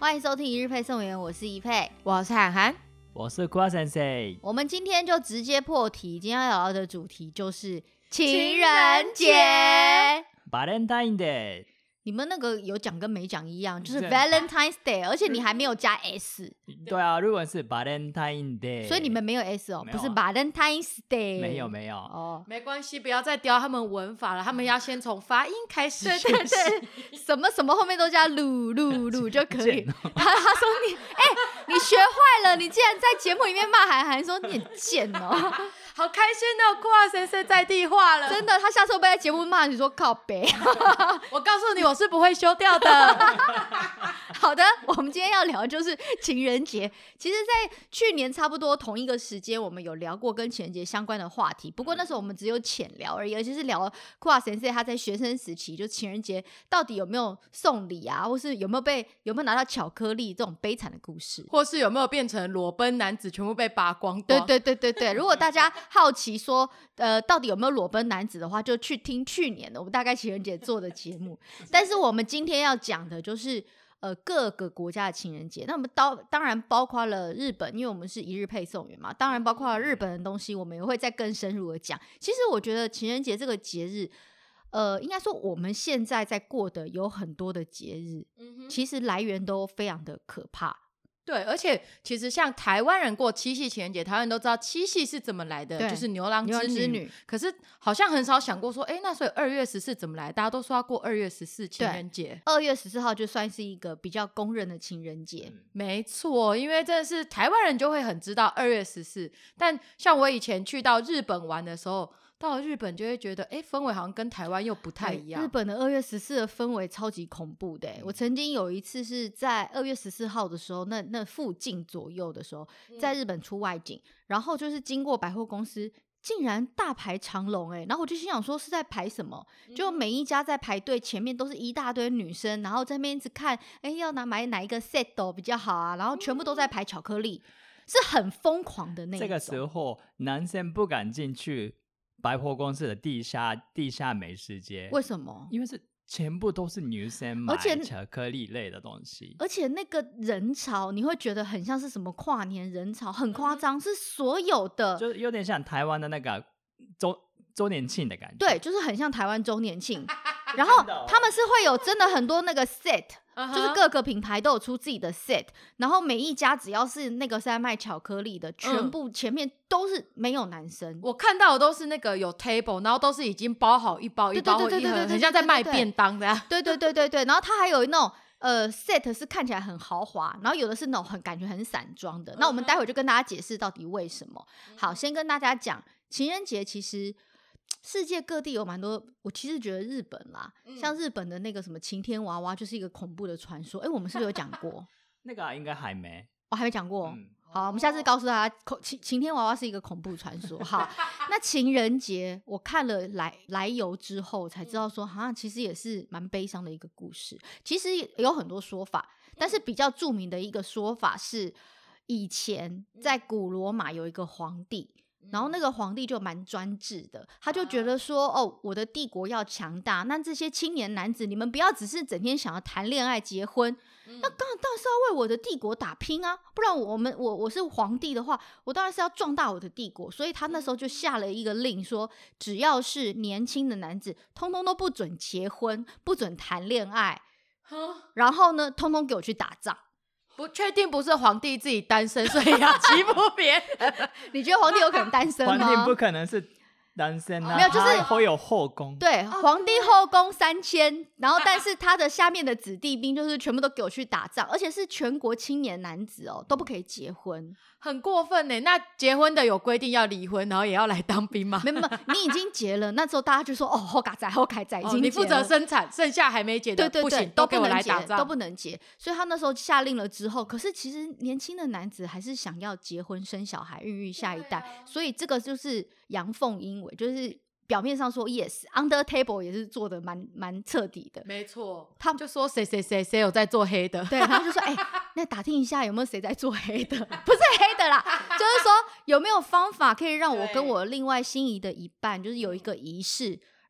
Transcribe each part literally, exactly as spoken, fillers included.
欢迎收听一日配送员，我是一佩， 我是涵涵， 我是瓜先生。 我们今天就直接破题，今天要聊的主题就是情人节。 Valentine Day， 你们那个有讲跟没讲一样，就是对 Valentine's Day， 而且你还没有加 S。 对啊，日文是 Valentine Day， 所以你们没有 S 哦， 没有啊不是 Valentine's Day。 没有没有哦， 没关系，不要再雕他们文法了，他们要先从发音开始对学习。 对对，什么什么后面都加鲁鲁鲁就可以。他他说你哎、欸，你学坏了，你竟然在节目里面骂韩寒说你很贱哦。 好开心哦，跨先生在地化了， 真的，他下次会不会在节目骂你说靠北？ 我告诉你，我是不会修掉的。 好的，我们今天要聊的就是情人节。其实在去年差不多同一个时间，我们有聊过跟情人节相关的话题，不过那时候我们只有浅聊而已，而且是聊跨先生他在学生时期就情人节到底有没有送礼啊，或是有没有被有没有拿到巧克力这种悲惨的故事， 或是有没有变成裸奔男子全部被扒光光。 对对对对对，如果大家好奇说呃到底有没有裸奔男子的话，就去听去年的我们大概情人节做的节目。但是我们今天要讲的就是呃各个国家的情人节，那我们当当然包括了日本，因为我们是一日配送员嘛，当然包括了日本的东西，我们也会再更深入的讲。其实我觉得情人节这个节日呃，应该说我们现在在过的有很多的节日、嗯、其实来源都非常的可怕。 对，而且其实像台湾人过七夕情人节，台湾人都知道七夕是怎么来的，就是牛郎织 女, 牛郎织女可是好像很少想过说，哎，那所以二月十四怎么来？大家都说要过二月十四情人节， 二月十四号就算是一个比较公认的情人节、嗯、 没错，因为真的是台湾人就会很知道二月十四，但像我以前去到日本玩的时候，到了日本就会觉得哎，氛围好像跟台湾又不太一样。 日本的二月十四的氛围超级恐怖的、嗯、我曾经有一次是在二月十四号的时候，那那附近左右的时候在日本出外景、嗯、然后就是经过百货公司竟然大排长龙、欸、然后我就心想说是在排什么、嗯、就每一家在排队，前面都是一大堆女生，然后在那边一直看哎，要拿买哪一个 set 比较好啊，然后全部都在排巧克力、嗯、是很疯狂的那一种。 这个时候男生不敢进去百货公司的地下地下美食街， 为什么？ 因为是全部都是女生买巧克力类的东西， 而且那个人潮你会觉得很像是什么跨年人潮，很夸张、嗯、是所有的， 就有点像台湾的那个周周年庆的感觉。 对，就是很像台湾周年庆然后他们是会有真的很多那个 set Uh-huh. 就是各个品牌都有出自己的 set， 然后每一家只要是那个是在卖巧克力的，全部前面都是没有男生、嗯、 我看到的都是那个有 table， 然后都是已经包好一包一包或一盒，很像在卖便当的呀。 对对对对对，然后它还有那种呃 set 是看起来很豪华，然后有的是那种很感觉很散装的、uh-huh. 那我们待会就跟大家解释到底为什么、uh-huh. 好，先跟大家讲情人节其实世界各地有蛮多，我其实觉得日本啦、嗯、像日本的那个什么晴天娃娃就是一个恐怖的传说，哎，我们是不是有讲过那个应该还没， 我、哦、还没讲过、嗯、好，我们下次告诉大家晴晴天娃娃是一个恐怖传说。好，那情人节我看了来来由之后才知道说好像其实也是蛮悲伤的一个故事，其实有很多说法，但是比较著名的一个说法是以前在古罗马有一个皇帝，然后那个皇帝就蛮专制的，他就觉得说哦，我的帝国要强大，那这些青年男子你们不要只是整天想要谈恋爱结婚、嗯、那当然是要为我的帝国打拼啊，不然我们我我是皇帝的话，我当然是要壮大我的帝国，所以他那时候就下了一个令说，只要是年轻的男子通通都不准结婚，不准谈恋爱、嗯、然后呢通通给我去打仗。 不确定不是皇帝自己单身所以要欺负别人你觉得皇帝有可能单身吗？ 皇帝不可能是单身啊， 没有，就是会有后宫。 对，皇帝后宫三千，然后但是他的下面的子弟兵就是全部都给我去打仗，而且是全国青年男子哦，都不可以结婚， 很过分耶。那结婚的有规定要离婚，然后也要来当兵吗？ 没有，你已经结了，那时候大家就说哦，后嘎仔后嘎仔已经结了、哦、 你负责生产，剩下还没结的对对对， 不行，都给我来打仗， 都不能结。所以他那时候下令了之后，可是其实年轻的男子还是想要结婚生小孩孕育下一代、啊、所以这个就是阳奉阴违，就是表面上说 yes under table 也是做的蛮蛮彻底的， 没错，他们就说谁谁谁谁有在做黑的， 对，他们就说哎、欸，那打听一下有没有谁在做黑的不是黑的啦就是说有没有方法可以让我跟我另外心仪的一半就是有一个仪式，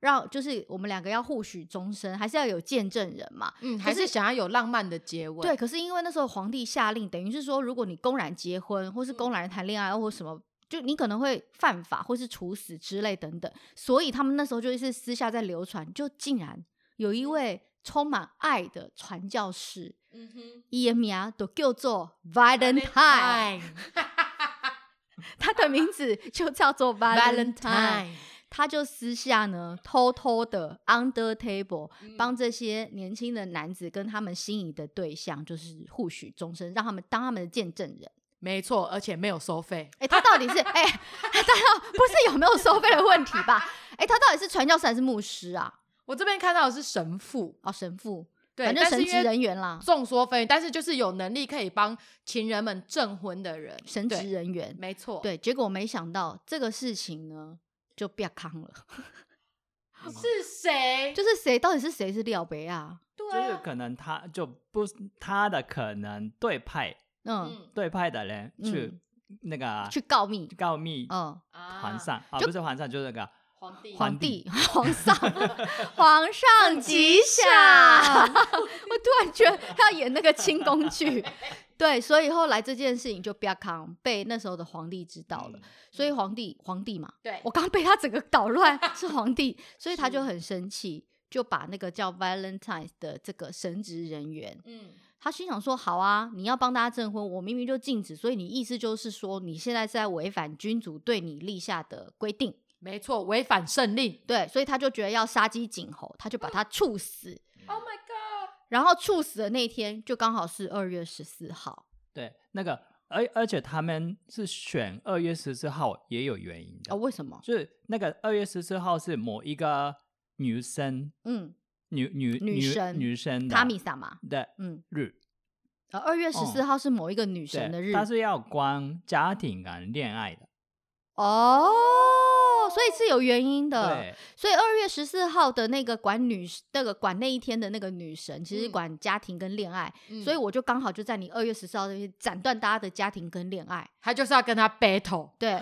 让就是我们两个要互许终身，还是要有见证人嘛。 嗯，还是想要有浪漫的结尾。 对，可是因为那时候皇帝下令，等于是说，如果你公然结婚，或是公然谈恋爱，或什么，就你可能会犯法，或是处死之类等等。所以他们那时候就是私下在流传，就竟然有一位充满爱的传教士，嗯哼，伊的名就叫做 Valentine， 他的名字就叫做 Valentine。他就私下呢，偷偷的 under table 帮这些年轻的男子跟他们心仪的对象，就是互许终身，让他们当他们的见证人。 没错，而且没有收费。 哎、欸，他到底是哎，欸、他到不是有没有收费的问题吧？哎、欸，他到底是传教士还是牧师啊？ 我这边看到的是神父哦，神父， 对， 反正神职人员啦， 众说纷纭，但是就是有能力可以帮情人们证婚的人， 神职人员， 没错。 对，结果没想到这个事情呢，就变康了。 是谁？ 就是谁？到底是谁是廖北啊？ 对啊， 就是可能他就不他的可能对派，嗯，对派的人去、嗯、那个去告密， 告密，嗯，皇上啊，不是皇上，就是那个皇帝， 皇帝，皇上，皇上吉祥。我突然觉得他要演那个清宫剧。对，所以后来这件事情就不要扛，被那时候的皇帝知道了，嗯、所以皇帝皇帝嘛， 对， 我刚被他整个捣乱，是皇帝，所以他就很生气，就把那个叫 Valentine 的这个神职人员，嗯，他心想说，好啊，你要帮大家证婚，我明明就禁止，所以你意思就是说你现在是在违反君主对你立下的规定， 没错，违反圣令， 对，所以他就觉得要杀鸡儆猴，他就把他处死。 Oh my god！ 然后处死的那天就刚好是二月十四号。 对，那个而而且他们是选二月十四号也有原因的。 哦，为什么？ 就是那个二月十四号是某一个女生，嗯，女女女神女神的卡米萨嘛的嗯日。 呃，二月十四号是某一个女神的日， 它是要关家庭跟恋爱的。 哦。所以是有原因的， 对， 所以二月十四号的那个管女那个管那一天的那个女神，其实管家庭跟恋爱，嗯、所以我就刚好就在你二月十四号那边斩断大家的家庭跟恋爱， 他就是要跟他 battle， 对，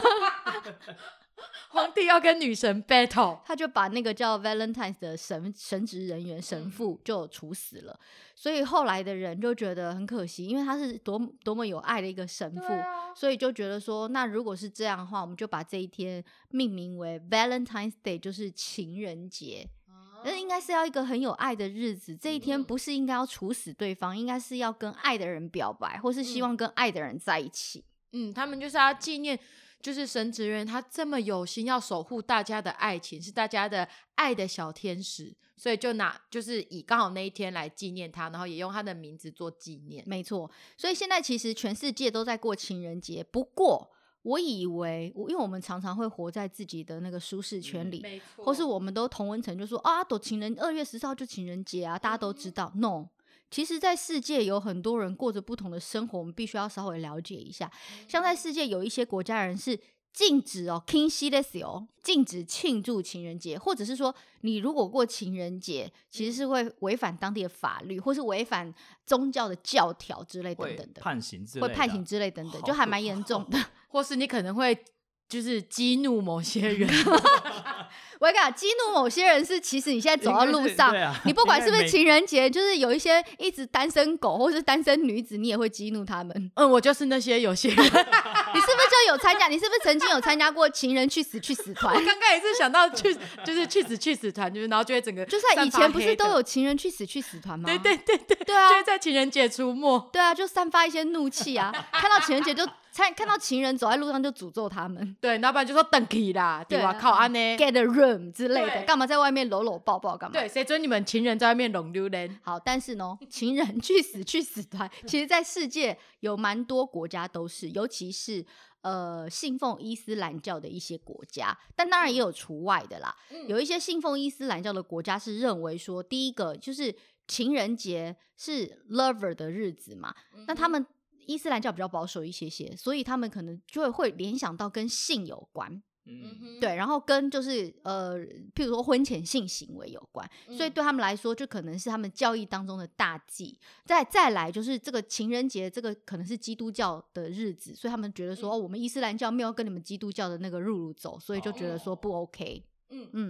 皇帝要跟女神 battle， 他就把那个叫 Valentine 的神神职人员神父就处死了，嗯、所以后来的人就觉得很可惜，因为他是多多么有爱的一个神父，啊、所以就觉得说，那如果是这样的话，我们就把这一天命名为 Valentine's Day， 就是情人节。那、哦、应该是要一个很有爱的日子，这一天不是应该要处死对方，嗯、应该是要跟爱的人表白，或是希望跟爱的人在一起。 嗯，他们就是要纪念。就是神职人他这么有心要守护大家的爱情，是大家的爱的小天使，所以就拿就是以刚好那一天来纪念他，然后也用他的名字做纪念。 没错，所以现在其实全世界都在过情人节，不过我以为因为我们常常会活在自己的那个舒适圈里， 嗯、 或是我们都同温层就说啊，都情人二月十四号就情人节啊，大家都知道、嗯、no，其实在世界有很多人过着不同的生活，我们必须要稍微了解一下。像在世界有一些国家人是禁止哦，禁止ですよ，禁止庆祝情人节，或者是说你如果过情人节，其实是会违反当地的法律，或是违反宗教的教条之类等等的， 会判刑之类的， 会判刑之类等等，就还蛮严重的， 或是你可能会就是激怒某些人。 我跟你讲，激怒某些人是，其实你现在走到路上， 啊、 你不管是不是情人节，就是有一些一直单身狗或是单身女子，你也会激怒他们。 嗯，我就是那些有些人。 你是不是就有参加？你是不是曾经有参加过情人去死去死团？ 我刚刚也是想到去，就是去死去死团，就是然后就会整个就是以前不是都有情人去死去死团吗？ 对对对对， 对啊， 就会在情人节出没。 对啊，就散发一些怒气啊，看到情人节就。看到情人走在路上就诅咒他们， 对，要不然就说等起啦，对吧？靠安呢 ，get a room 之类的，干嘛在外面搂搂抱抱干嘛？ 对，谁准你们情人在外面拢溜人？ 好，但是呢，情人去死去死团，其实在世界有蛮多国家都是，尤其是呃信奉伊斯兰教的一些国家，但当然也有除外的啦。嗯、有一些信奉伊斯兰教的国家是认为说，第一个就是情人节是 lover 的日子嘛，嗯、那他们。伊斯兰教比较保守一些些，所以他们可能就会会联想到跟性有关，嗯，对，然后跟就是呃，譬如说婚前性行为有关，嗯、所以对他们来说，就可能是他们教义当中的大忌。再再来就是这个情人节，这个可能是基督教的日子，所以他们觉得说，嗯、哦，我们伊斯兰教没有跟你们基督教的那个路路走，所以就觉得说不 OK， 嗯嗯。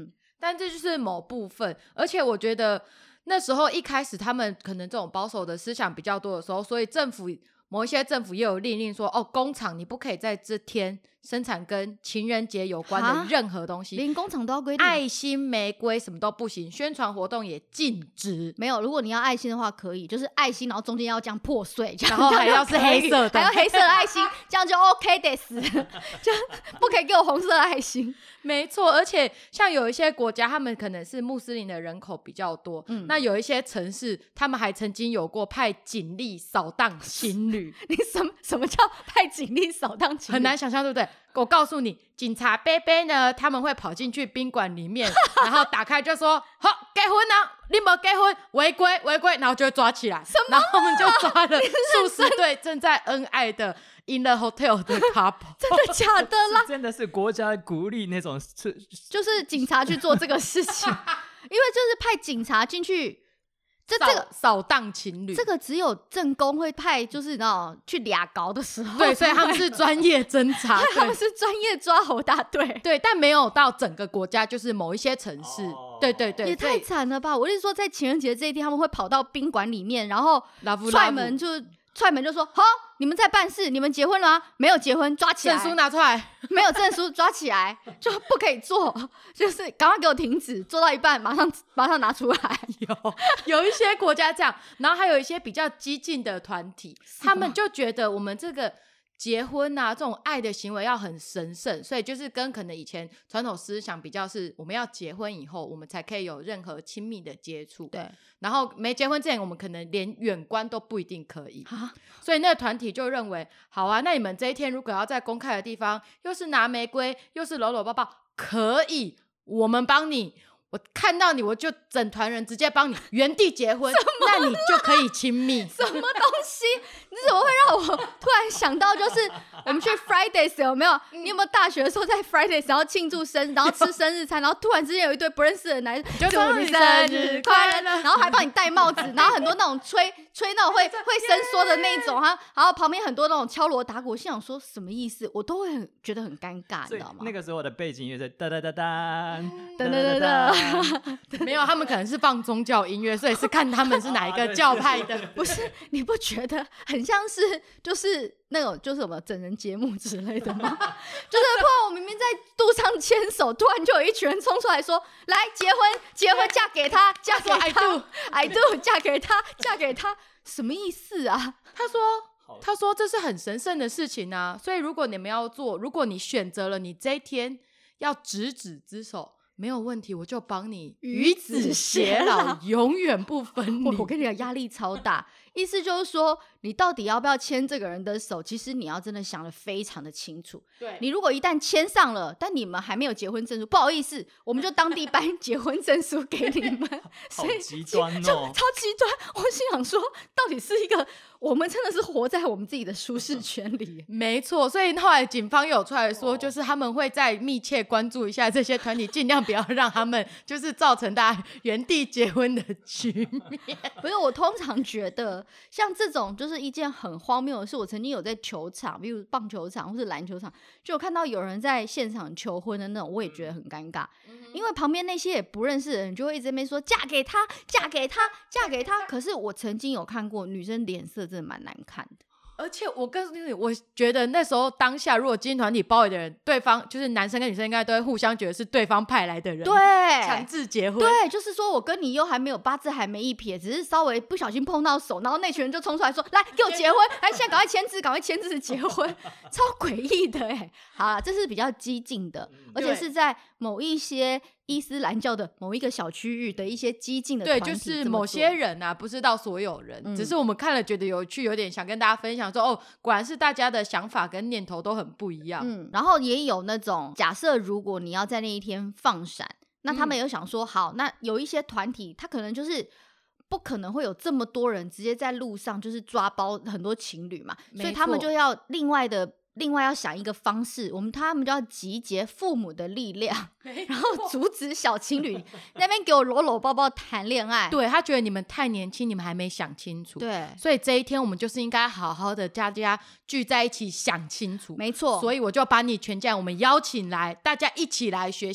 但这就是某部分。而且我觉得那时候一开始他们可能这种保守的思想比较多的时候，所以政府某一些政府也有命令说，哦，工厂你不可以在这天生产跟情人节有关的任何东西， 连工厂都要规定， 爱心、玫瑰什么都不行，宣传活动也禁止。 没有，如果你要爱心的话可以，就是爱心然后中间要这样破碎，这样然后还要是黑色的， 还要黑色的爱心，这样就 OK 的死，就不可以给我红色的爱心。 没错，而且像有一些国家他们可能是穆斯林的人口比较多、嗯、那有一些城市他们还曾经有过派警力扫荡情侣。 你什么什么叫派警力扫荡情侣？ 很难想象对不对？我告诉你，警察伯伯呢他们会跑进去宾馆里面然后打开就说好结婚啊，你没结婚违规违规，然后就会抓起来。 什么、啊、 然后他们就抓了数十对正在恩爱的In the hotel 的 couple。 真的假的啦？ 真的是国家鼓励那种就是警察去做这个事情因为就是派警察进去，这这个扫荡情侣， 这个只有正宫会派，就是那种去俩搞的时候。 对，所以他们是专业侦查他们是专业抓猴大队。 对，但没有到整个国家，就是某一些城市、哦、对对对， 也太惨了吧。我是说在情人节这一天他们会跑到宾馆里面，然后踹门就踹门就说好，你们在办事，你们结婚了吗？没有结婚，抓起来。 证书拿出来。 没有证书，抓起来，就不可以做，就是赶快给我停止，做到一半马上马上拿出来。 有有一些国家这样，然后还有一些比较激进的团体，他们就觉得我们这个结婚啊，这种爱的行为要很神圣，所以就是跟可能以前传统思想比较，是我们要结婚以后我们才可以有任何亲密的接触。 对， 然后没结婚之前我们可能连远观都不一定可以，所以那个团体就认为好啊，那你们这一天如果要在公开的地方，又是拿玫瑰又是搂搂抱抱，可以，我们帮你，我看到你我就整团人直接帮你原地结婚那你就可以亲密。 什么东西？你怎么会让我突然想到就是我们去 Fridays 有没有、嗯、你有没有大学的时候在 Fridays 然后庆祝生日然后吃生日餐然后突然之间有一对不认识的男生就祝你生日快乐， 然后还帮你戴帽子然后很多那种吹吹那种会会伸缩的那种，然后旁边很多那种敲锣打鼓，我心想说什么意思，我都会很觉得很尴尬，你知道吗？ 那个时候的背景乐在哒哒哒哒哒哒哒， 没有，他们可能是放宗教音乐，所以是看他们是哪一个教派的。 不是，你不觉得很像是就是那种就是什么整人节目之类的吗？就是突然我明明在路上牵手，突然就有一群人冲出来说来结婚结婚，嫁给他嫁给他 I do I do 嫁给他嫁给他，什么意思啊？ 他说他说这是很神圣的事情啊，所以如果你们要做，如果你选择了你这一天要执子之手，没有问题，我就帮你与子偕老，永远不分离。 我跟你讲，压力超大。意思就是说，你到底要不要牵这个人的手，其实你要真的想得非常的清楚。 对， 你如果一旦牵上了，但你们还没有结婚证书，不好意思，我们就当地颁结婚证书给你们。 好极端哦， 就超极端。我心想说，到底是一个我们真的是活在我们自己的舒适圈里。 没错，所以后来警方有出来说，就是他们会再密切关注一下这些团体，尽量不要让他们就是造成大家原地结婚的局面。 不是，我通常觉得像这种就是一件很荒谬的事。我曾经有在球场，比如棒球场或是篮球场，就有看到有人在现场求婚的那种，我也觉得很尴尬、嗯、因为旁边那些也不认识的人就会一直在那边说嫁给他嫁给他嫁给他，可是我曾经有看过女生脸色真的蛮难看的。 而且我告诉你，我觉得那时候当下如果精英团体包围的人，对方就是男生跟女生应该都会互相觉得是对方派来的人， 对， 强制结婚。 对，就是说我跟你又还没有八字还没一撇，只是稍微不小心碰到手，然后那群人就冲出来说来给我结婚，来现在赶快签字赶快签字结婚，超诡异的耶。好啦，这是比较激进的，而且是在某一些伊斯兰教的某一个小区域的一些激进的团体， 对，就是某些人啊，不是到所有人、嗯、只是我们看了觉得有趣，有点想跟大家分享说哦，果然是大家的想法跟念头都很不一样。 嗯，然后也有那种假设如果你要在那一天放闪，那他们有想说、嗯、好，那有一些团体他可能就是不可能会有这么多人直接在路上就是抓包很多情侣嘛，所以他们就要另外的另外要想一个方式，我们他们就要集结父母的力量，然后阻止小情侣那边给我搂搂抱抱谈恋爱。 对，他觉得你们太年轻，你们还没想清楚。 对， 所以这一天我们就是应该好好的大家聚在一起想清楚。 没错， 所以我就把你全家我们邀请来，大家一起来学校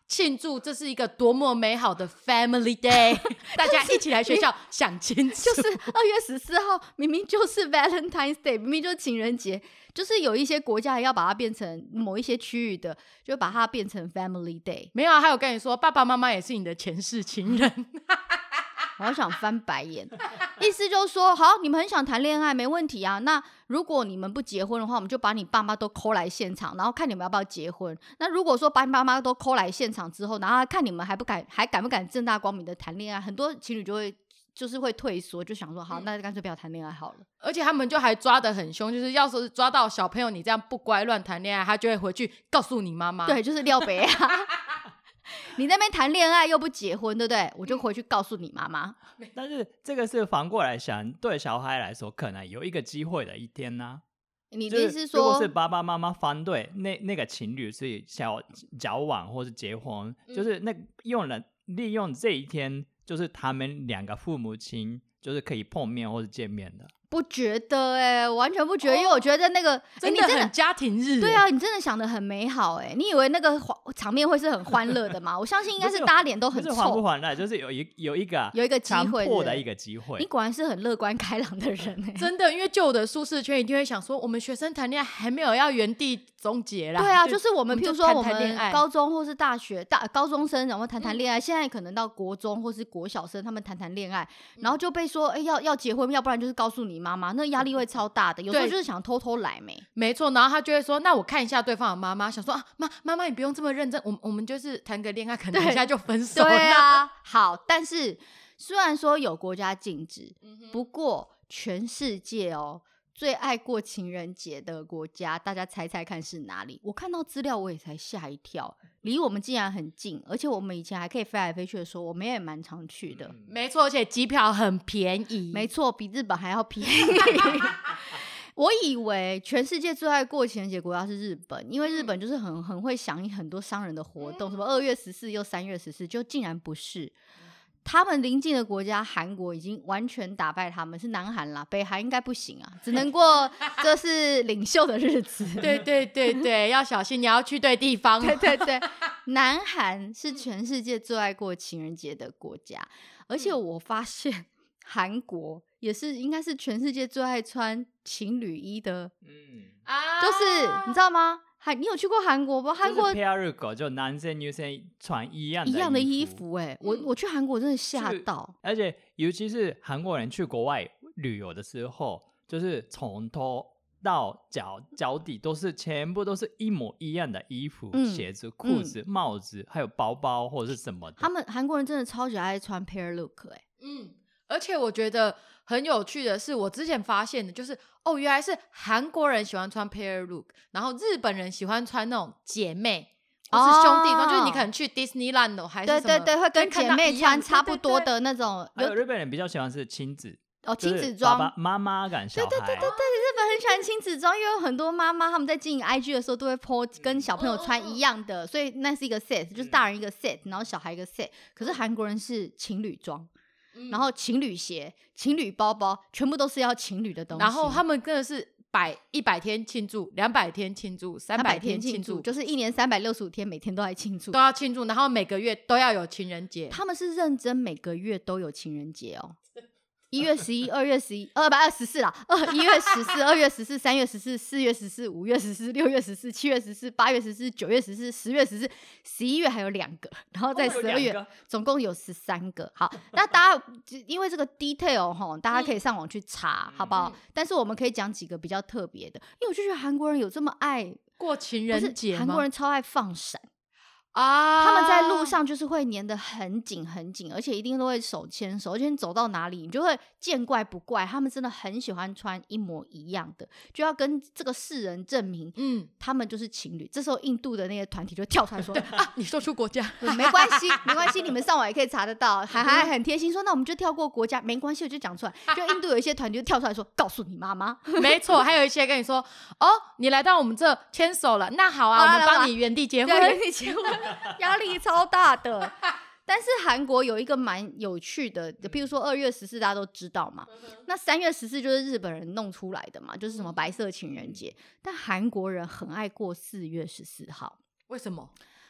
庆祝这是一个多么美好的 Family Day， 大家一起来学校想清楚。 就是二月十四号明明就是 Valentine's Day， 明明就是情人节，就是有一些国家要把它变成某一些区域的，就把它变成 Family Day。 没有啊，还有跟你说，爸爸妈妈也是你的前世情人。 我好想翻白眼，意思就是说，好，你们很想谈恋爱，没问题啊。那如果你们不结婚的话，我们就把你爸妈都 call 来现场，然后看你们要不要结婚。那如果说把你爸妈都 call 来现场之后，然后看你们还不敢，还敢不敢正大光明的谈恋爱，很多情侣就会就是会退缩，就想说，好，那干脆不要谈恋爱好了。 而且他们就还抓得很凶，就是要是抓到小朋友你这样不乖乱谈恋爱，他就会回去告诉你妈妈。 对，就是廖北啊。你那边谈恋爱又不结婚，对不对？我就回去告诉你妈妈。 但是这个是反过来想，对小孩来说，可能有一个机会的一天呢、啊。 你的意思是说， 如果是爸爸妈妈反对那那个情侣是想交往或是结婚，嗯、就是那用了利用这一天，就是他们两个父母亲就是可以碰面或是见面的。 不觉得哎、欸，完全不觉得，哦、因为我觉得那个、欸、 真的很家庭日、欸， 对啊，你真的想得很美好哎、欸，你以为那个场面会是很欢乐的吗？我相信应该是大家脸都很臭。 不是欢不欢乐，就是有一有一个有一个机会强迫的一个机会。 你果然是很乐观开朗的人哎、欸， 真的，因为就我的舒适圈一定会想说，我们学生谈恋爱还没有要原地终结啦。 对啊，就是我们，譬如说我们高中或是大学大高中生，然后谈谈恋爱、嗯，现在可能到国中或是国小生，他们谈谈恋爱，然后就被说，哎、欸，要要结婚，要不然就是告诉你妈妈，那压力会超大的，有时候就是想偷偷来没， 没错。然后他就会说，那我看一下对方的妈妈，想说啊，妈妈妈你不用这么认真，我我们就是谈个恋爱，可能一下就分手了。 对啊，好，但是虽然说有国家禁止，嗯、不过全世界哦最爱过情人节的国家，大家猜猜看是哪里？我看到资料我也才吓一跳，离我们竟然很近，而且我们以前还可以飞来飞去的时候，我们也蛮常去的。 嗯、没错，而且机票很便宜， 没错，比日本还要便宜。我以为全世界最爱过情人节国家是日本，因为日本就是很很会响应很多商人的活动，什么二月十四又三月十四，就竟然不是。他们邻近的国家韩国已经完全打败他们，是南韩啦，北韩应该不行啊，只能过这是领袖的日子。 对对对对，要小心，你要去对地方。 对对对，南韩是全世界最爱过情人节的国家，而且我发现韩国也是应该是全世界最爱穿情侣衣的，嗯啊，就是你知道吗？你有去过韩国吗？韩国就是페어를狗，就男生女生穿一样的一样的衣服、欸，哎，我我去韩国真的吓到， 而且尤其是韩国人去国外旅游的时候，就是从头到脚脚底都是全部都是一模一样的衣服、嗯、鞋子、裤子、嗯、帽子，还有包包或者是什么的。 他们韩国人真的超级爱穿 pair look， 哎、欸， 嗯，而且我觉得很有趣的是，我之前发现的就是哦，原来是韩国人喜欢穿 pair look， 然后日本人喜欢穿那种姐妹或是兄弟装、哦，就是你可能去 Disneyland 还是什么， 对对对，会跟姐妹穿差不多的那种。 还有日本人比较喜欢是亲子哦，亲子装， 爸爸妈妈跟小孩。 对对对对对，日本很喜欢亲子装，因为有很多妈妈他们在经营 I G 的时候都会 po 跟小朋友穿一样的，嗯、所以那是一个 set， 就是大人一个 set， 然后小孩一个 set。可是韩国人是情侣装。然后情侣鞋、情侣包包，全部都是要情侣的东西。 然后他们真的是百一百天庆祝，两百天庆祝，三百天庆祝， 就是一年三百六十五天，每天都在庆祝， 都要庆祝。然后每个月都要有情人节， 他们是认真每个月都有情人节哦。一月十一、二月十一、二不二十四啦，二一月十四、二月十四、三月十四、四月十四、五月十四、六月十四、七月十四、八月十四、九月十四、十月十四、十一月还有两个，然后在十二月、哦、总共有十三个。好，那大家因为这个 detail 齁，大家可以上网去查，嗯、好不好？嗯、但是我们可以讲几个比较特别的，因为我就觉得韩国人有这么爱过情人节吗？ 韩国人超爱放闪。 啊， 他们在路上就是会粘得很紧很紧，而且一定都会手牵手，而且你走到哪里你就会见怪不怪。他们真的很喜欢穿一模一样的，就要跟这个世人证明，嗯，他们就是情侣。这时候印度的那些团体就跳出来说啊，你说出国家， 没关系，没关系，你们上网也可以查得到。还还很贴心说，那我们就跳过国家，没关系，我就讲出来。就印度有一些团体就跳出来说，告诉你妈妈。 没错，还有一些跟你说，哦，你来到我们这牵手了，那好啊，啊我们帮你原地结婚， 原地结婚，压力超大的。但是韩国有一个蛮有趣的，比如说二月十四大家都知道嘛，那三月十四就是日本人弄出来的嘛，就是什么白色情人节。但韩国人很爱过四月十四号， 为什么？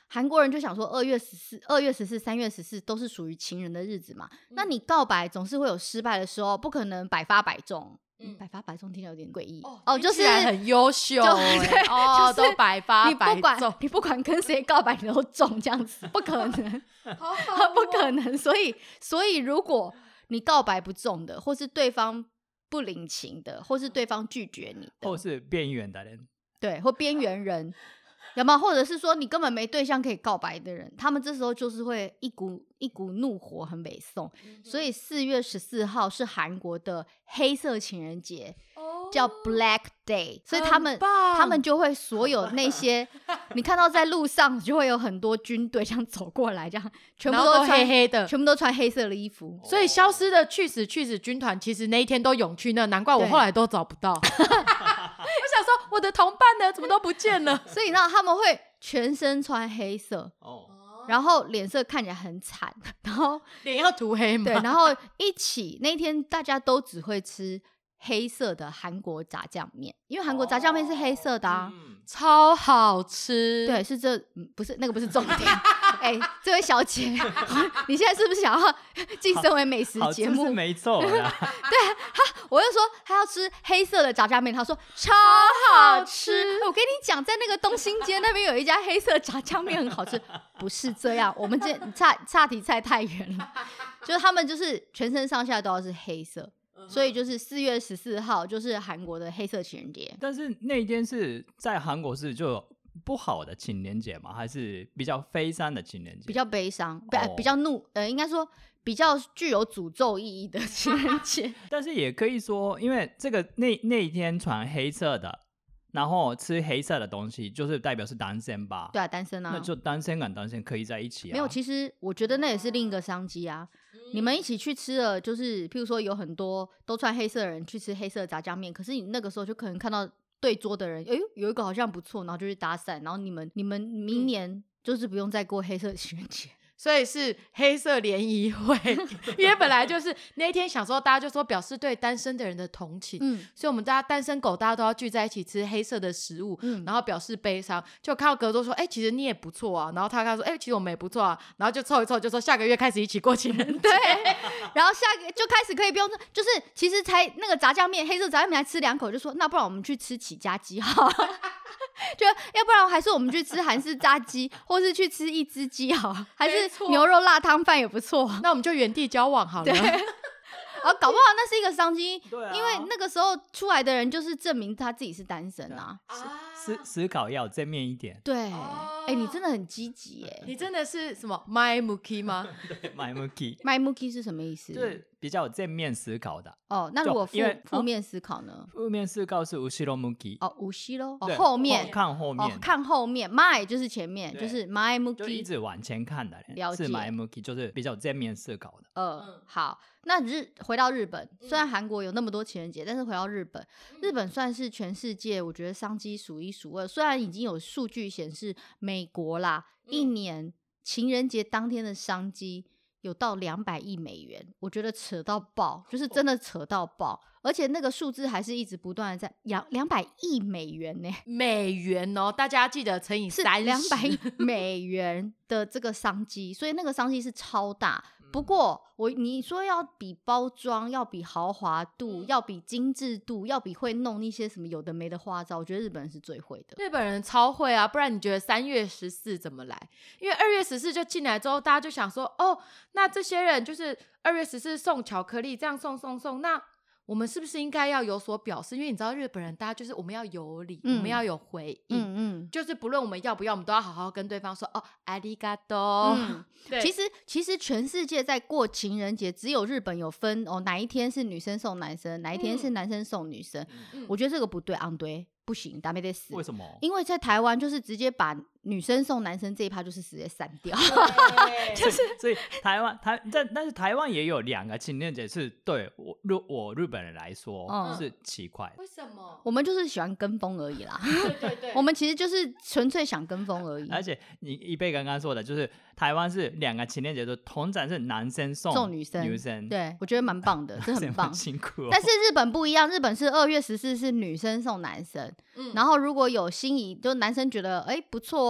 韩国人就想说二月十四、二月十四、三月十四都是属于情人的日子嘛，嗯、那你告白总是会有失败的时候，不可能百发百中。嗯，百发百中听起来有点诡异哦, 哦，就是很优秀、欸， 对哦， 就是、 都百发百中， 你不管你不管跟谁告白你都中这样子，不可能， 好好哦、 不可能。所以，所以如果你告白不中的，或是对方不领情的，或是对方拒绝你的， 或是边缘的人， 对，或边缘人。有没有？或者是说你根本没对象可以告白的人，他们这时候就是会一股一股怒火，很北宋。嗯、所以四月十四号是韩国的黑色情人节，哦、叫 Black Day， 所以他们他们就会所有那些你看到在路上就会有很多军队这样走过来，这样全部 都, 都黑黑的， 全部都穿黑色的衣服。 所以消失的去死去死军团，其实那一天都涌去那，难怪我后来都找不到。我想说我的同伴呢，怎么都不见了？ 所以你知道他们会全身穿黑色，哦、然后脸色看起来很惨，然后脸要涂黑吗？ 对，然后一起那天大家都只会吃黑色的韩国炸酱面，因为韩国炸酱面是黑色的啊， 哦嗯、超好吃。 对，是这不是那个不是重点。哎、欸，这位小姐，你现在是不是想要晋升为美食节目？ 是没错啦。 对他，我就说他要吃黑色的炸酱面，他说超好吃。我跟你讲，在那个东兴街那边有一家黑色炸酱面很好吃，不是这样。我们这岔岔题猜太远了，就是他们就是全身上下都要是黑色。所以就是四月十四号就是韩国的黑色情人节。 但是那一天是在韩国是就不好的情人节吗？还是比较悲伤的情人节？ 比较悲伤，哦、比较怒，呃，应该说比较具有诅咒意义的情人节。 但是也可以说，因为这个那那一天穿黑色的，然后吃黑色的东西，就是代表是单身吧？ 对啊，单身啊， 那就单身跟单身可以在一起啊。 没有，其实我觉得那也是另一个商机啊。你们一起去吃了，就是譬如说有很多都穿黑色的人去吃黑色的炸酱面，可是你那个时候就可能看到对桌的人，哎呦有一个好像不错，然后就去搭讪，然后你们你们明年就是不用再过黑色的情人节。 所以是黑色联谊会，因为本来就是那一天想说，大家就说表示对单身的人的同情，嗯，所以我们大家单身狗大家都要聚在一起吃黑色的食物，嗯，然后表示悲伤。就看到格多说，哎、欸，其实你也不错啊，然后他他说，哎、欸，其实我们也不错啊，然后就凑一凑，就说下个月开始一起过情人节， 对，然后下个就开始可以不用，就是其实才那个炸酱面，黑色炸酱面才吃两口，就说那不然我们去吃起家鸡好。就要不然还是我们去吃韩式炸鸡，或是去吃一只鸡好，还是牛肉辣汤饭也不错。 那我们就原地交往好了。 然后搞不好那是一个商机， 啊、 因为那个时候出来的人就是证明他自己是单身啊。 思思考要正面一点。 对，哎、哦欸，你真的很积极耶！ 你真的是什么 my muki 吗？ 对 ，my muki。 my muki 是什么意思？ 就是比较正面思考的。 哦，那如果负负面思考呢？ 负面思考是後ろ向き。 哦，後ろ哦，后面看后面， 哦、看后面 ，my 就是前面，就是 my muki， 就一直往前看的人， 了解。 是 my muki， 就是比较正面思考的。 呃，嗯、好。那日回到日本，虽然韩国有那么多情人节，但是回到日本，日本算是全世界我觉得商机数一数二。虽然已经有数据显示，美国啦，一年情人节当天的商机有到两百亿美元，我觉得扯到爆，就是真的扯到爆。而且那个数字还是一直不断的在两两百亿美元呢、欸， 美元哦，大家记得乘以三十， 两百亿美元的这个商机，所以那个商机是超大。不过我你说要比包装，要比豪华度，要比精致度，要比会弄那些什么有的没的花招，我觉得日本人是最会的。 日本人超会啊，不然你觉得三月十四怎么来？因为二月十四就进来之后，大家就想说，哦，那这些人就是二月十四送巧克力，这样送送送，那我们是不是应该要有所表示？因为你知道日本人大家就是我们要有礼、嗯、我们要有回应，嗯嗯，就是不论我们要不要，我们都要好好跟对方说哦，ありがとう。嗯，对， 其实其实全世界在过情人节，只有日本有分哦，哪一天是女生送男生，哪一天是男生送女生。嗯、我觉得这个不对，昂对。不行，ダメです。 为什么？ 因为在台湾就是直接把女生送男生这一趴就是直接删掉， 就是所以台湾台但但是台湾也有两个情人节是对我日我日本人来说、嗯、是奇怪。 为什么？ 我们就是喜欢跟风而已啦。 对对对， 我们其实就是纯粹想跟风而已。 而且你一贝刚刚说的，就是台湾是两个情人节都通常是男生送送女生， 女生对我觉得蛮棒的，这很棒， 辛苦、哦。 但是日本不一样，日本是二月十四是女生送男生。嗯、然后如果有心仪，就男生觉得哎不错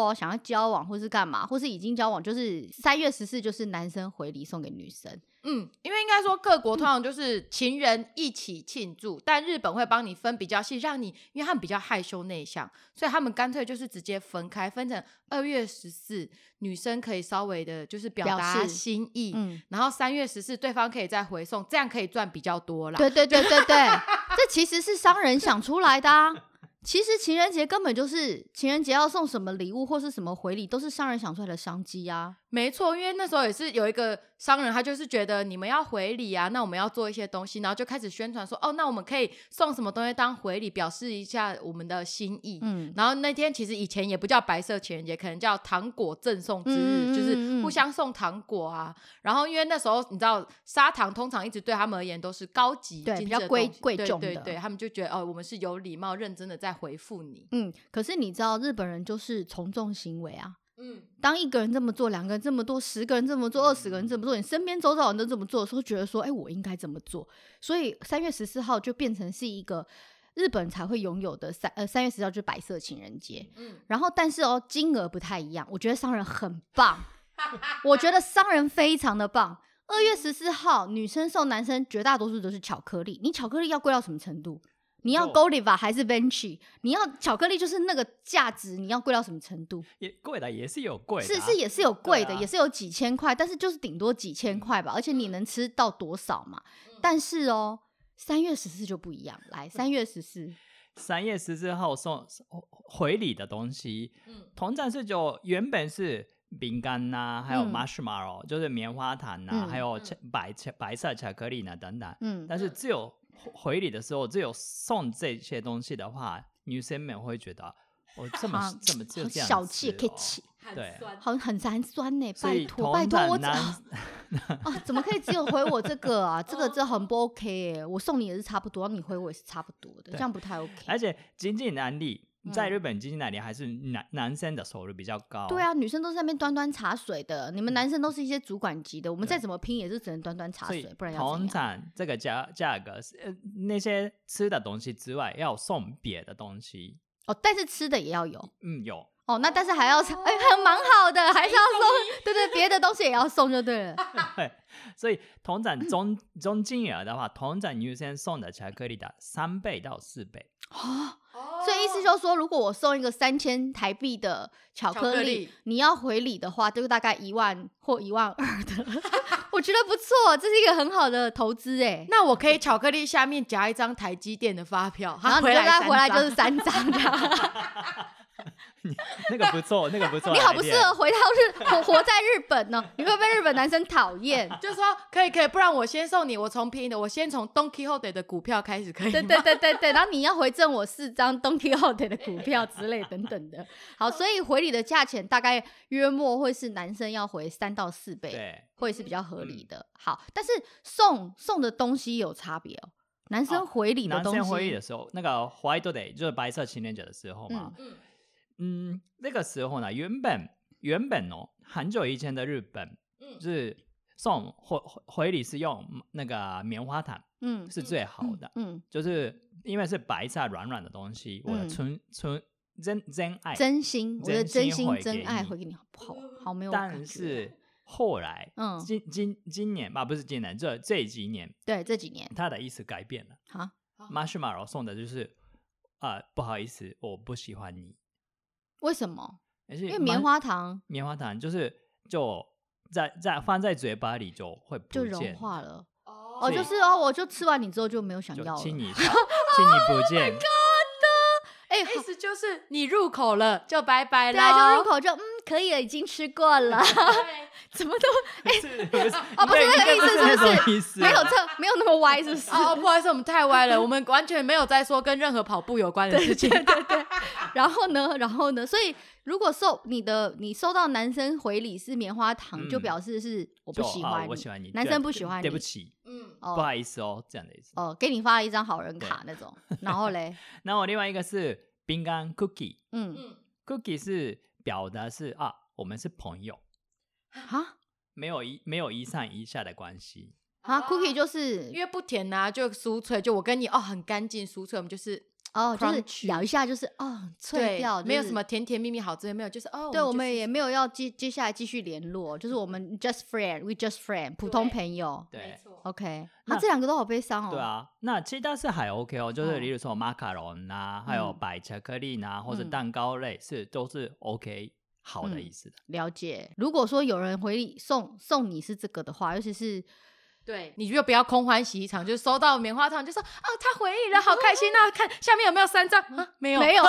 哦，想要交往或是干嘛，或是已经交往，就是三月十四就是男生回礼送给女生。 嗯，因为应该说各国通常就是情人一起庆祝，嗯、但日本会帮你分比较细，让你因为他们比较害羞内向，所以他们干脆就是直接分开，分成二月十四女生可以稍微的就是表达心意，嗯、然后三月十四对方可以再回送，这样可以赚比较多啦。 对对对对对，这其实是商人想出来的啊。其实情人节根本就是情人节要送什么礼物或是什么回礼，都是商人想出来的商机啊。 没错，因为那时候也是有一个商人，他就是觉得你们要回礼啊，那我们要做一些东西，然后就开始宣传说，哦，那我们可以送什么东西当回礼，表示一下我们的心意。嗯，然后那天其实以前也不叫白色情人节，可能叫糖果赠送之日，嗯、就是互相送糖果啊。然后因为那时候你知道，砂糖通常一直对他们而言都是高级、 对比较贵贵重的， 对对对，他们就觉得哦，我们是有礼貌、认真的在回复你。 嗯，可是你知道日本人就是从众行为啊。嗯，当一个人这么做，两个人这么多，十个人这么做，二十个人这么做，你身边周遭人都这么做的时候，觉得说，哎、欸，我应该这么做。所以三月十四号就变成是一个日本才会拥有的三呃三月十四号就是白色情人节。嗯，然后但是哦，金额不太一样，我觉得商人很棒，我觉得商人非常的棒。二月十四号，女生送男生绝大多数都是巧克力，你巧克力要贵到什么程度？你要 Godiva 还是 Benchi？ 你要巧克力就是那个价值，你要贵到什么程度？ 也贵的也是有贵的、啊， 是是也是有贵的、啊，也是有几千块，但是就是顶多几千块吧，而且你能吃到多少嘛？嗯、但是哦，三月十四就不一样，来三月十四， 三月十四号送回礼的东西，嗯，通常是就原本是饼干呐，还有 marshmallow，、嗯、就是棉花糖呐、啊嗯，还有白白色巧克力呢等等，嗯，但是只有回礼的时候，只有送这些东西的话，女生们会觉得，哦，这么这么就这样子、哦， 小气可以起， 对， 很很寒酸呢，拜托拜托我啊，怎么可以只有回我这个啊？这个这很不 OK 耶，我送你也是差不多，你回我也是差不多的，这样不太 OK。 而且经济能力。在日本经济能力还是 男, 男生的收入比较高。 对啊，女生都是在那边端端茶水的，你们男生都是一些主管级的，我们再怎么拼也是只能端端茶水，不然要怎样？ 通常这个价价格是、呃、那些吃的东西之外，要送别的东西哦，但是吃的也要有， 嗯，有哦，那但是还要哎，还蛮好的，还是要送，对对，别的东西也要送就对了。 对，所以通常中中金额的话，通常女生送的巧克力的三倍到四倍。 哦。所以意思就是说，如果我送一个三千台币的巧克力，你要回礼的话，就大概一万或一万二的，我觉得不错，这是一个很好的投资哎。 那我可以巧克力下面夹一张台积电的发票， 然后你就再回来就是三张这样。 那个不错，那个不错。 你好不适合回到日活活在日本呢、哦，你会被日本男生讨厌。 就说可以可以，不然我先送你，我从便宜的，我先从 Don Quixote 的股票开始，可以吗？ 对对对对对，然后你要回赠我四张 Don Quixote 的股票之类等等的。好，所以回礼的价钱大概约莫会是男生要回三到四倍， 对， 会是比较合理的。好，但是送送的东西有差别哦。男生回礼的东西， 哦、男生回礼的时候，那个 White Day 就是白色情人节的时候嘛。嗯嗯嗯，那个时候呢，原本原本哦，很久以前的日本，嗯，就是送回回礼是用那个棉花糖，嗯，是最好的，嗯，嗯就是因为是白色软软的东西，嗯、我的纯纯真真爱， 真心，我的真心真爱回给你，好好没有感觉。 但是后来，嗯，今今今年吧，不是今年，这这几年， 对，这几年， 他的意思改变了，哈 ，Marshmallow 送的就是啊、呃，不好意思，我不喜欢你。 为什么？因为棉花糖， 棉花糖就是就在在放在嘴巴里就会不见， 就融化了。哦，哦就是哦，我就吃完你之后就没有想要了， 亲你一下，亲你不见。 Oh my God！ 哎、 欸，意思就是你入口了就拜拜了， 对啊，就入口就嗯可以了，已经吃过了。怎么都哎、欸， 不是哦，不是那个意思，是不是？ 是没有这没有那么歪，是不是？ 哦，不好意思，我们太歪了，我们完全没有在说跟任何跑步有关的事情。 对对 对, 对。然后呢，然后呢？所以如果收你的你收到男生回礼是棉花糖，嗯、就表示是我不喜欢你， 哦、我喜欢你， 男生不喜欢你， 对不起，嗯，哦、不好意思哦，这样的意思。 哦，给你发了一张好人卡那种，然后嘞， 然后另外一个是饼干 cookie， 嗯 ，cookie 是表达是啊，我们是朋友啊。 没有一没有一上一下的关系啊 ，cookie 就是因为不甜啊，就酥脆，就我跟你哦很干净酥脆，我们就是哦，就是咬一下就是哦脆掉， 没有什么甜甜蜜蜜好滋味，没有，就是哦， 对，我们也没有要接接下来继续联络，就是我们 just friend，we just friend， 普通朋友， 对 ，OK， 那这两个都好悲伤哦。 对啊，那其他是还 OK 哦，就是例如说马卡龙啊，还有白巧克力啊，或者蛋糕类是都是 OK 好的意思的。 了解。如果说有人回送送你是这个的话，尤其是。 对，你就不要空欢喜一场，就收到棉花糖就说哦，他回忆了，好开心啊！看下面有没有三张啊？没有， 没有。We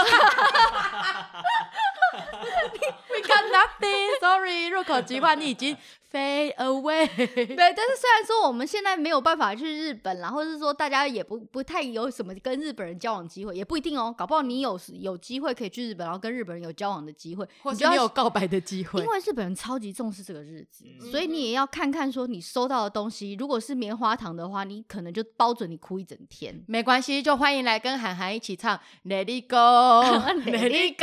got nothing, sorry。入口即化，你已经 fade away。 对，但是虽然说我们现在没有办法去日本啦，或者是说大家也不不太有什么跟日本人交往机会，也不一定哦。搞不好你有有机会可以去日本，然后跟日本人有交往的机会， 或是你有告白的机会。 因为日本人超级重视这个日子， 嗯、 所以你也要看看说你收到的东西，如果是棉花糖的话，你可能就包准你哭一整天。 没关系，就欢迎来跟韩寒一起唱 Let It Go，Let It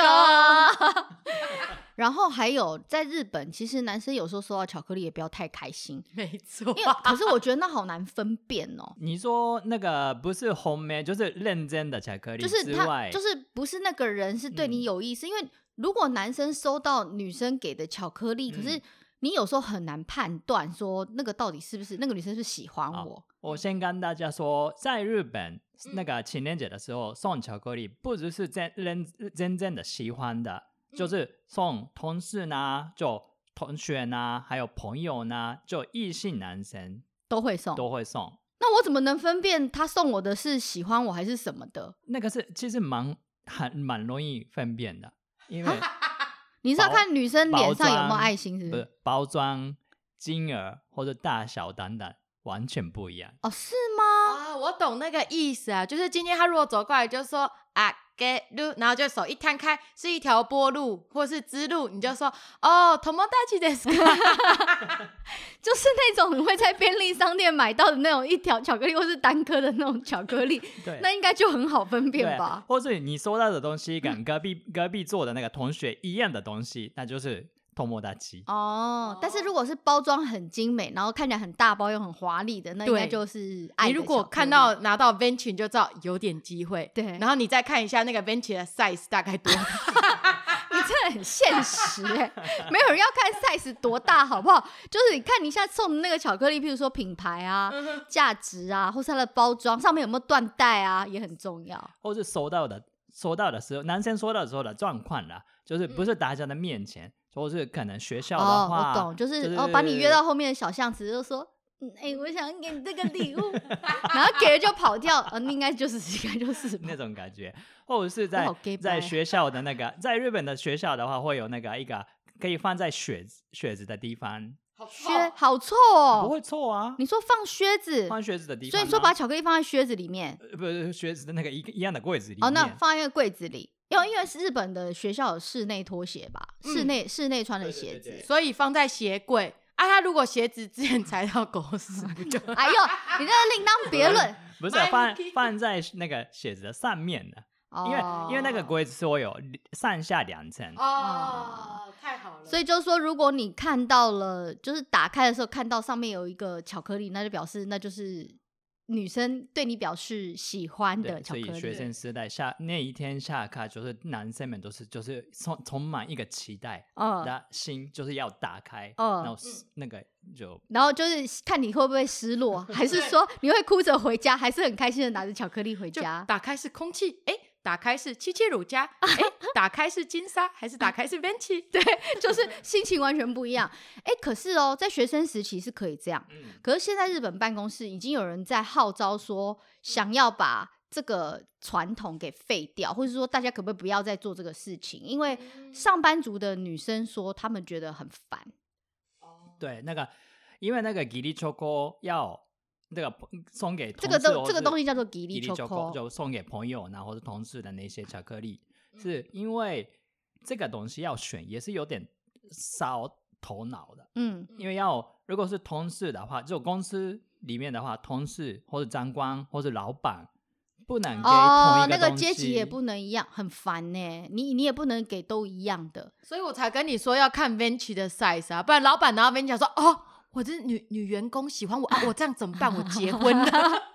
Go。然后还有在日本，其实男生有时候收到巧克力也不要太开心， 没错。 因为可是我觉得那好难分辨哦。 你说那个不是 homemade， 就是认真的巧克力之外， 就是他就是不是那个人是对你有意思，嗯、因为如果男生收到女生给的巧克力，嗯、可是你有时候很难判断说那个到底是不是那个女生是不是喜欢我。 我先跟大家说，在日本那个情人节的时候送巧克力，不只是真认真正的喜欢的。就是送同事呢，就同学呢，还有朋友呢，就异性男生都会送， 都会送。 那我怎么能分辨他送我的是喜欢我还是什么的？ 那个是其实蛮很蛮容易分辨的，因为你是要看女生脸上有没有爱心，是不是？ 不是包装、金额或者大小等等，完全不一样。 哦，是吗？ 啊，我懂那个意思啊，就是今天他如果走过来就说啊。给路，然后就手一摊开，是一条波路或是支路，你就说哦，友達ですか， 就是那种你会在便利商店买到的那种一条巧克力，或是单颗的那种巧克力， 对， 那应该就很好分辨吧？ 或是你收到的东西跟隔壁隔壁座的那个同学一样的东西，那就是友達哦。但是如果是包装很精美，然后看起来很大包又很华丽的，那应该就是爱的巧克力。 你如果看到拿到 Vinci 你就知道有点机会， 对。 然后你再看一下那个 Vinci 的 size 大概多大。 你真的很现实哎、欸，没有人要看 size 多大好不好？就是你看你现在送的那个巧克力，譬如说品牌啊、价值啊，或是它的包装上面有没有缎带啊，也很重要。 或是收到的收到的时候，男生收到的时候的状况啦，就是不是大家的面前。嗯，或是可能学校的话， 哦，我懂，就是、 就是、 哦，把你约到后面的小巷子，就说，嗯，哎、欸，我想给你这个礼物，然后给了就跑掉，呃，应该就是应该就是那种感觉，或者是在在学校的那个，在日本的学校的话，会有那个一个可以放在靴子靴子的地方。 靴好臭哦！ 不会臭啊！ 你说放靴子， 放靴子的地方、啊， 所以说把巧克力放在靴子里面， 呃、不是靴子的那个一一样的柜子里面。 哦，那放在那个柜子里。因为因为是日本的学校有室内拖鞋吧，嗯、室内室内穿的鞋子， 对对对对， 所以放在鞋柜啊。他如果鞋子之前踩到狗屎，不就？ 哎呦，你这个另当别论。 不是放放在那个鞋子的上面的，哦、因为因为那个柜子是会有上下两层。 哦，嗯、太好了。 所以就是说，如果你看到了，就是打开的时候看到上面有一个巧克力，那就表示那就是女生对你表示喜欢的巧克力。 所以学生时代下那一天下课，就是男生们都是就是充充满一个期待的心，就是要打开，嗯、然后那个就， 然后就是看你会不会失落，还是说你会哭着回家，还是很开心的拿着巧克力回家？ 打开是空气，哎。打开是七七乳加，哎，打开是金沙，还是打开是 Vinci？ 对，就是心情完全不一样。哎，可是哦，在学生时期是可以这样，嗯、可是现在日本办公室已经有人在号召说，想要把这个传统给废掉，或者说大家可不可以不要再做这个事情？因为上班族的女生说，他们觉得很烦。 哦，对，那个因为那个吉利秋锅要。这个送给同事， 这个这个东西叫做吉利秋锅，就送给朋友然后或者同事的那些巧克力，嗯、是因为这个东西要选也是有点烧头脑的，嗯，因为要如果是同事的话，就公司里面的话，同事或者长官或者老板不能给同一个东西， 哦，那个阶级也不能一样，很烦呢。你你也不能给都一样的， 所以我才跟你说要看 Vinci 的 size 啊，不然老板拿到 Vinci 说哦。我这女女员工喜欢我啊，我这样怎么办？我结婚了。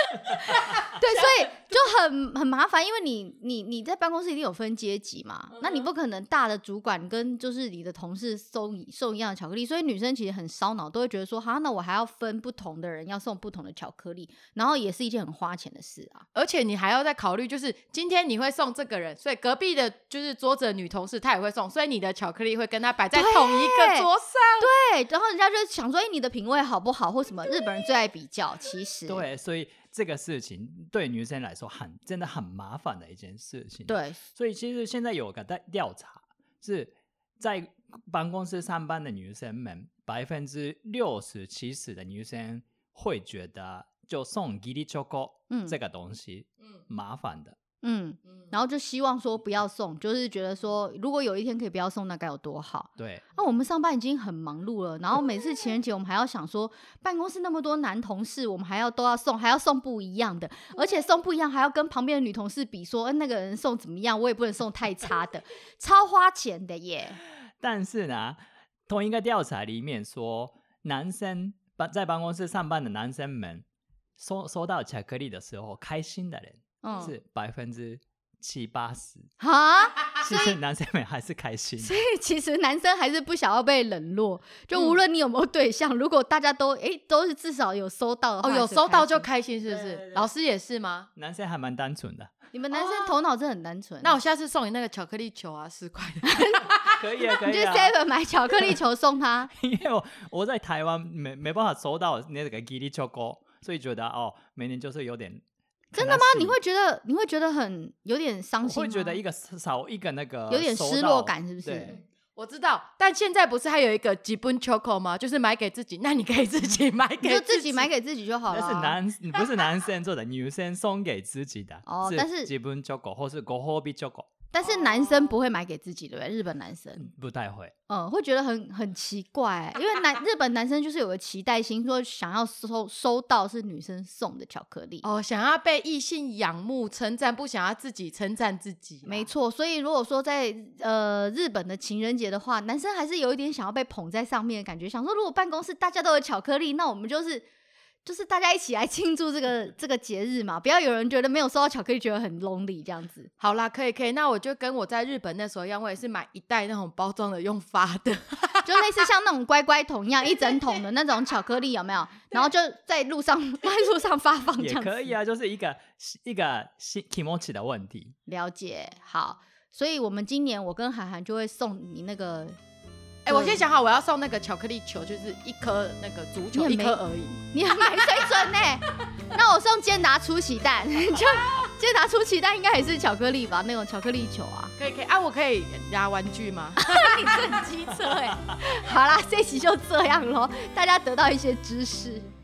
对，所以就很很麻烦，因为你你你在办公室一定有分阶级嘛，嗯、那你不可能大的主管跟就是你的同事送送一样的巧克力，所以女生其实很烧脑，都会觉得说，哈，那我还要分不同的人要送不同的巧克力，然后也是一件很花钱的事啊。 而且你还要再考虑，就是今天你会送这个人，所以隔壁的就是桌子的女同事她也会送，所以你的巧克力会跟她摆在同一个桌上。 对，然后人家就想说，哎，你的品味好不好，或什么？日本人最爱比较，其实对，所以这个事情对女生来说很真的很麻烦的一件事情。 对， 所以其实现在有个调查，是在办公室上班的女生们，百分之六十七十的女生会觉得就送吉利巧克力这个东西，嗯，麻烦的。 嗯，然后就希望说不要送，就是觉得说如果有一天可以不要送，那该有多好。 对， 那、啊、我们上班已经很忙碌了，然后每次情人节我们还要想说，办公室那么多男同事，我们还要都要送，还要送不一样的，而且送不一样还要跟旁边的女同事比说，呃、那个人送怎么样，我也不能送太差的，超花钱的耶。 但是呢，同一个调查里面说，男生在办公室上班的男生们收收到巧克力的时候，开心的人。嗯、是百分之七八十哈， 其实男生们还是开心， 所以其实男生还是不想要被冷落。就无论你有没有对象，嗯、如果大家都哎都是至少有收到的话， 哦，有收到就开心，是不是？對對對，老师也是吗？ 男生还蛮单纯的。 你们男生头脑真的很单纯。哦、 那我下次送你那个巧克力球啊，十块的。 可以啊，可以啊。 你去 seven 买巧克力球送他。 因为我我在台湾没没办法收到那个吉利巧克力，所以觉得哦，每年就是有点。 真的吗？你会觉得你会觉得很有点伤心吗？ 我会觉得一个少一个那个有点失落感，是不是？ 对， 我知道，但现在不是还有一个吉本巧克力吗？就是买给自己，那你可以自己买给自己， 就自己买给自己就好了。 那是男，不是男生做的，女生送给自己的。 哦，但是吉本巧克力或是ご褒美巧克力。 但是男生不会买给自己，对不对？日本男生不太会， 嗯，会觉得很很奇怪，因为男日本男生就是有个期待心，说想要收收到是女生送的巧克力， 哦，想要被异性仰慕称赞，不想要自己称赞自己。 没错，所以如果说在呃日本的情人节的话，男生还是有一点想要被捧在上面的感觉，想说如果办公室大家都有巧克力，那我们就是。就是大家一起来庆祝这个这个节日嘛，不要有人觉得没有收到巧克力觉得很 lonely 这样子。 好啦，可以可以，那我就跟我在日本那时候一样，我也是买一袋那种包装的用发的， 就类似像那种乖乖桶一样，一整桶的那种巧克力有没有？然后就在路上在路上发放这样子。 也可以啊，就是一个一个気持ち的问题。 了解，好，所以我们今年我跟涵涵就会送你那个。 哎、欸，我先想好，我要送那个巧克力球，就是一颗那个足球，一颗而已。 你很没水准呢、欸。那我送健达出奇蛋，就健达出奇蛋应该也是巧克力吧？那种巧克力球啊， 可以可以啊，我可以拿玩具吗？ 你是很机车哎。好啦，这期就这样咯，大家得到一些知识。